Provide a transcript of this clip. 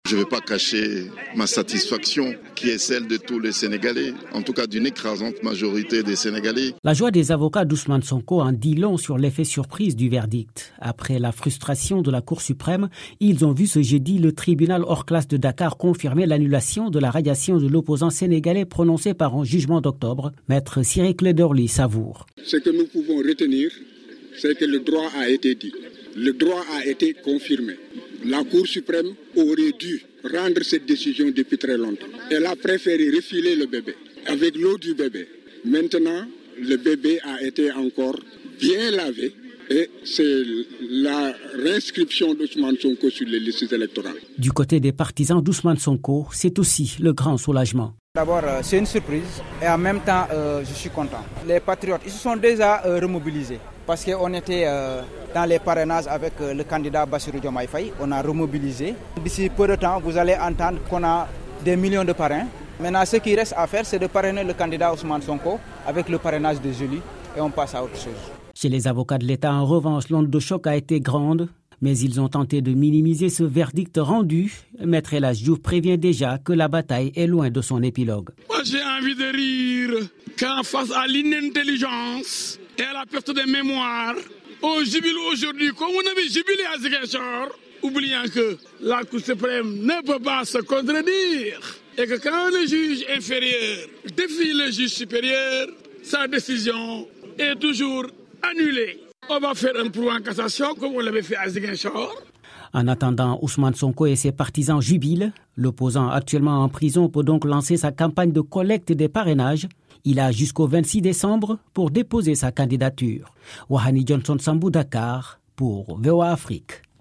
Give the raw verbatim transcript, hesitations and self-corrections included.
Je ne vais pas cacher ma satisfaction qui est celle de tous les Sénégalais, en tout cas d'une écrasante majorité des Sénégalais. La joie des avocats d'Ousmane Sonko en dit long sur l'effet surprise du verdict. Après la frustration de la Cour suprême, ils ont vu ce jeudi le tribunal hors classe de Dakar confirmer l'annulation de la radiation de l'opposant sénégalais prononcée par un jugement d'octobre. Maître Cyril Clédorly savoure. Ce que nous pouvons retenir, c'est que le droit a été dit. Le droit a été confirmé. La Cour suprême aurait dû rendre cette décision depuis très longtemps. Elle a préféré refiler le bébé avec l'eau du bébé. Maintenant, le bébé a été encore bien lavé et c'est la réinscription d'Ousmane Sonko sur les listes électorales. Du côté des partisans d'Ousmane Sonko, c'est aussi le grand soulagement. D'abord, c'est une surprise et en même temps, euh, je suis content. Les patriotes, ils se sont déjà euh, remobilisés parce qu'on était euh, dans les parrainages avec euh, le candidat Bassirou Diomaye Faye. On a remobilisé. D'ici peu de temps, vous allez entendre qu'on a des millions de parrains. Maintenant, ce qui reste à faire, c'est de parrainer le candidat Ousmane Sonko avec le parrainage des élus et on passe à autre chose. Chez les avocats de l'État, en revanche, l'onde de choc a été grande. Mais ils ont tenté de minimiser ce verdict rendu. Maître El Hadji Diouf prévient déjà que la bataille est loin de son épilogue. Moi, j'ai envie de rire quand face à l'inintelligence et à la perte de mémoire, on jubile aujourd'hui comme on avait jubilé à Ziguinchor, oubliant que la Cour suprême ne peut pas se contredire et que quand le juge inférieur défie le juge supérieur, sa décision est toujours annulée. On va faire un pourvoi en cassation comme on l'avait fait à Ziguinchor. En attendant, Ousmane Sonko et ses partisans jubilent. L'opposant actuellement en prison peut donc lancer sa campagne de collecte des parrainages. Il a jusqu'au vingt-six décembre pour déposer sa candidature. Wahani Johnson Sambou, Dakar, pour V O A Afrique.